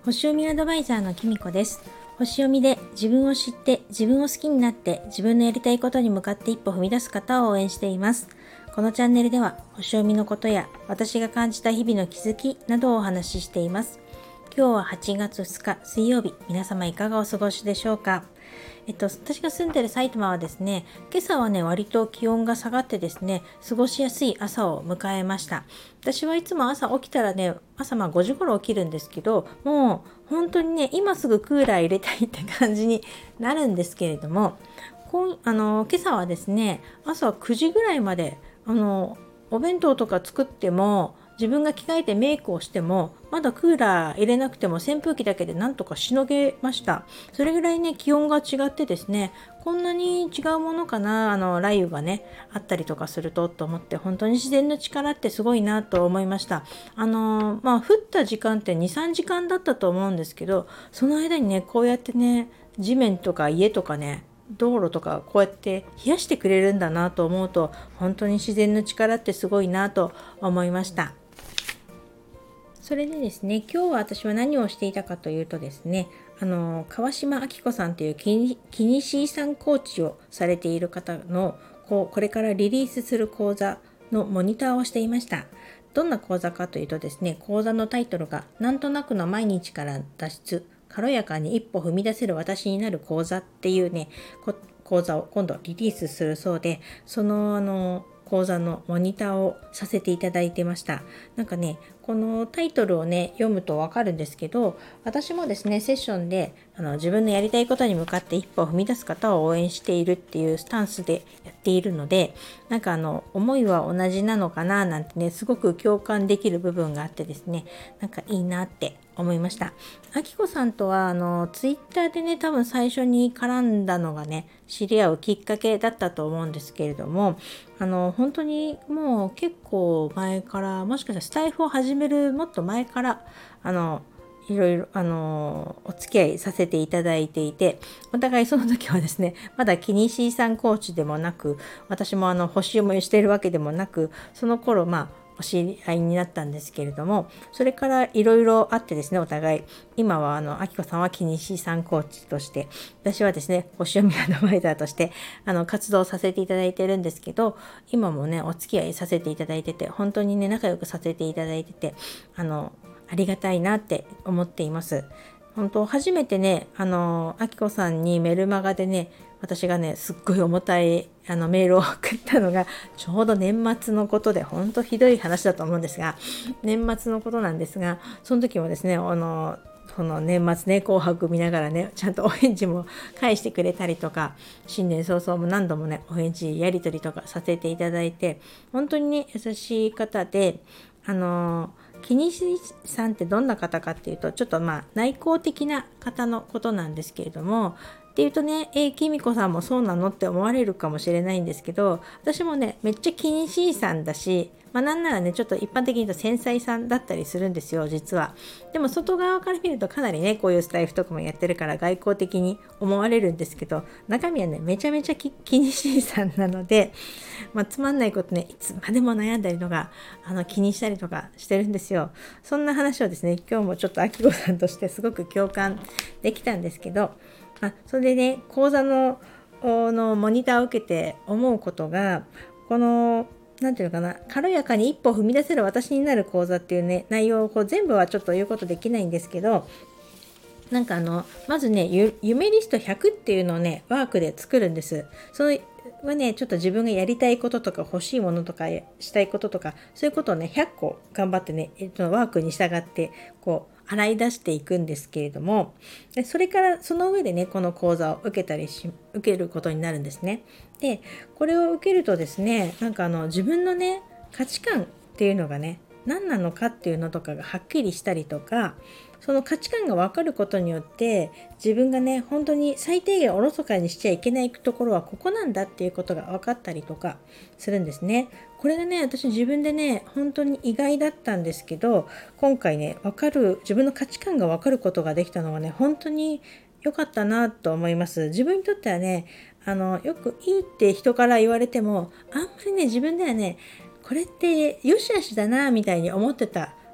星読みアドバイザーのきみこです。星読みで自分を知って自分を好きになって自分のやりたいことに向かって一歩踏み出す方を応援しています。このチャンネルでは星読みのことや私が感じた日々の気づきなどをお話ししています。今日は8月2日水曜日、皆様いかがお過ごしでしょうか。私が住んでる埼玉はですね、今朝はね割と気温が下がってですね、過ごしやすい朝を迎えました。私はいつも朝起きたらね、朝5時頃起きるんですけど、もう本当にね、今すぐクーラー入れたいって感じになるんですけれども、今朝はですね、朝9時ぐらいまでお弁当とか作っても、自分が着替えてメイクをしてもまだクーラー入れなくても扇風機だけでなんとかしのげました。それぐらいね気温が違ってですね、こんなに違うものかな、雷雨がねあったりとかすると思って、本当に自然の力ってすごいなと思いました。降った時間って 2,3 時間だったと思うんですけど、その間にねこうやってね地面とか家とかね道路とかこうやって冷やしてくれるんだなと思うと、本当に自然の力ってすごいなと思いました。それでですね、今日は私は何をしていたかというとですね、川島明子さんというキニシーさんコーチをされている方のこれからリリースする講座のモニターをしていました。どんな講座かというとですね、講座のタイトルがなんとなくの毎日から脱出、軽やかに一歩踏み出せる私になる講座っていうね、講座を今度リリースするそうで、その講座のモニターをさせていただいてました。なんかね、このタイトルをね読むとわかるんですけど、私もですねセッションで自分のやりたいことに向かって一歩踏み出す方を応援しているっていうスタンスでやっているので、なんか思いは同じなのかななんてね、すごく共感できる部分があってですね、なんかいいなって思いました。あきこさんとはツイッターでね多分最初に絡んだのがね知り合うきっかけだったと思うんですけれども、本当にもう結構前から、もしかしたらスタイフを始めるもっと前からいろいろお付き合いさせていただいていて、お互いその時はですねまだキニシーさんコーチでもなく、私も星読みをしているわけでもなく、その頃お知り合いになったんですけれども、それからいろいろあってですね、お互い今はあきこさんはキニシーさんコーチとして、私はですね星読みアドバイザーとして活動させていただいてるんですけど、今もねお付き合いさせていただいてて、本当にね仲良くさせていただいてて、ありがたいなって思っています。本当初めてねあきこさんにメルマガでね、私がねすっごい重たいメールを送ったのがちょうど年末のことで、本当ひどい話だと思うんですが、年末のことなんですが、その時もですねこの年末ね紅白見ながらねちゃんとお返事も返してくれたりとか、新年早々も何度もねお返事やり取りとかさせていただいて、本当にね優しい方で、キニシさんってどんな方かっていうと、ちょっと内向的な方のことなんですけれども、っていうとね、きみこさんもそうなのって思われるかもしれないんですけど、私もねめっちゃキニシさんだし、なんならねちょっと一般的に言うと繊細さんだったりするんですよ実は。でも外側から見るとかなりねこういうスタイフとかもやってるから外交的に思われるんですけど、中身はねめちゃめちゃキニシさんなので、つまんないことねいつまでも悩んだりとか気にしたりとかしてるんですよ。そんな話をですね今日もちょっとあきこさんとしてすごく共感できたんですけど、それでね講座のモニターを受けて思うことが、このなんていうのかな、軽やかに一歩踏み出せる私になる講座っていうね内容を全部はちょっと言うことできないんですけど、なんかまずね夢リスト100っていうのをねワークで作るんです。それはねちょっと自分がやりたいこととか欲しいものとかしたいこととか、そういうことをね100個頑張ってね、ワークに従って洗い出していくんですけれども、それからその上でねこの講座を受けることになるんですね。でこれを受けるとですね、なんか自分のね価値観っていうのがね何なのかっていうのとかがはっきりしたりとか、その価値観が分かることによって自分がね本当に最低限おろそかにしちゃいけないところはここなんだっていうことが分かったりとかするんですね。これがね私自分でね本当に意外だったんですけど、今回ね自分の価値観が分かることができたのはね本当に良かったなと思います。自分にとってはねよくいいって人から言われても、あんまりね自分ではねこれってよしあしだなみたいに思ってた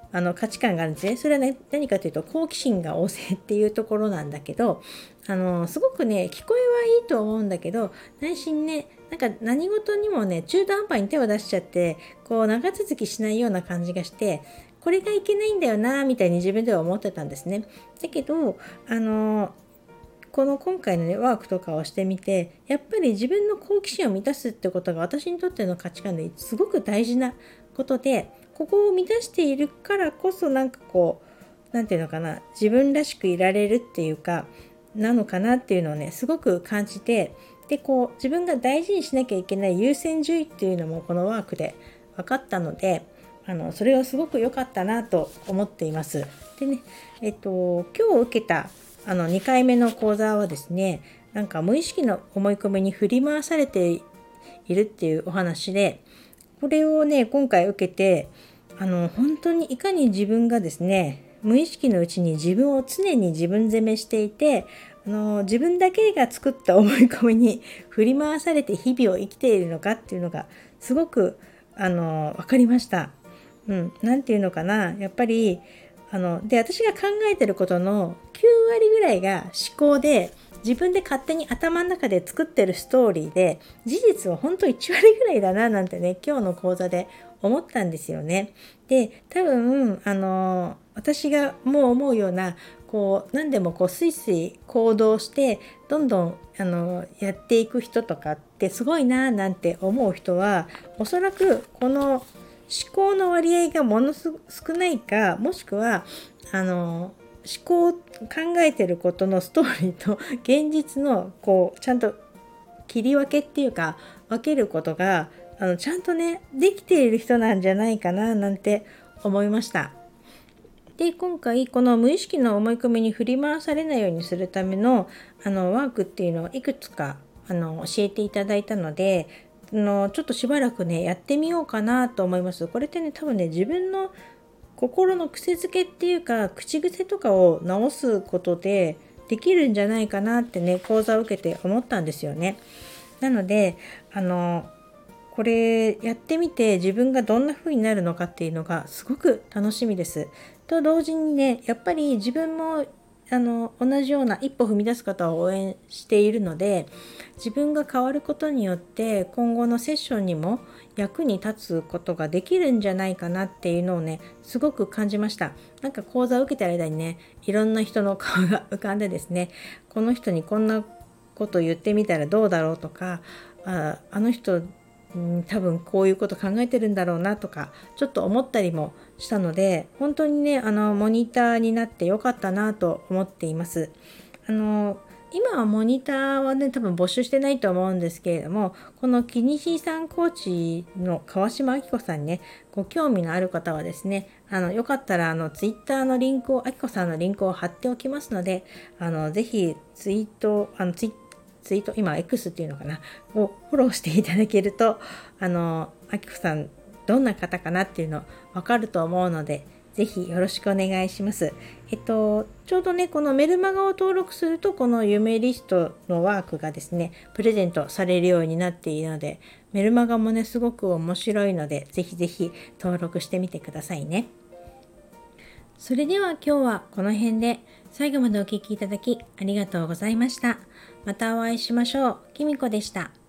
価値観があるんですね。それはね、何かというと好奇心が旺盛っていうところなんだけど、すごくね聞こえはいいと思うんだけど、内心ねなんか何事にもね中途半端に手を出しちゃってこう長続きしないような感じがして、これがいけないんだよなみたいに自分では思ってたんですね。だけどこの今回のねワークとかをしてみて、やっぱり自分の好奇心を満たすってことが私にとっての価値観ですごく大事なことで、ここを満たしているからこそなんかこうなんていうのかな、自分らしくいられるっていうかなのかなっていうのをねすごく感じて、でこう自分が大事にしなきゃいけない優先順位っていうのもこのワークで分かったので、それはすごく良かったなと思っています。でね、今日受けた2回目の講座はですね、なんか無意識の思い込みに振り回されているっていうお話で、これをね今回受けて本当にいかに自分がですね無意識のうちに自分を常に自分責めしていて、自分だけが作った思い込みに振り回されて日々を生きているのかっていうのがすごく分かりました。なんていうのかな、やっぱりで私が考えてることの9割ぐらいが思考で、自分で勝手に頭の中で作ってるストーリーで、事実は本当1割ぐらいだななんてね今日の講座で思ったんですよね。で多分私がもう思うようなこう何でもこうスイスイ行動してどんどんやっていく人とかってすごいななんて思う人は、おそらくこの思考の割合がものすごく少ないか、もしくは思考考えてることのストーリーと現実のこうちゃんと切り分けっていうか分けることがちゃんとねできている人なんじゃないかななんて思いました。で今回この無意識の思い込みに振り回されないようにするためのワークっていうのをいくつか教えていただいたので、ちょっとしばらくねやってみようかなと思います。これってね多分ね自分の心の癖づけっていうか口癖とかを直すことでできるんじゃないかなってね講座を受けて思ったんですよね。なのでこれやってみて自分がどんな風になるのかっていうのがすごく楽しみです。と同時にねやっぱり自分も同じような一歩踏み出す方を応援しているので、自分が変わることによって今後のセッションにも役に立つことができるんじゃないかなっていうのをねすごく感じました。なんか講座を受けてる間にねいろんな人の顔が浮かんでですね、この人にこんなこと言ってみたらどうだろうとか、あの人多分こういうこと考えてるんだろうなとかちょっと思ったりもしたので、本当にねモニターになってよかったなと思っています。今はモニターはね多分募集してないと思うんですけれども、このキニシーさんコーチの川島明子さんにねご興味のある方はですねよかったらツイッターのリンクを明子さんのリンクを貼っておきますので、ぜひツイート今 X っていうのかなをフォローしていただけるとあきこさんどんな方かなっていうの分かると思うので、ぜひよろしくお願いします。ちょうどねこのメルマガを登録するとこの夢リストのワークがですねプレゼントされるようになっているので、メルマガもねすごく面白いのでぜひぜひ登録してみてくださいね。それでは今日はこの辺で、最後までお聞きいただきありがとうございました。またお会いしましょう。きみこでした。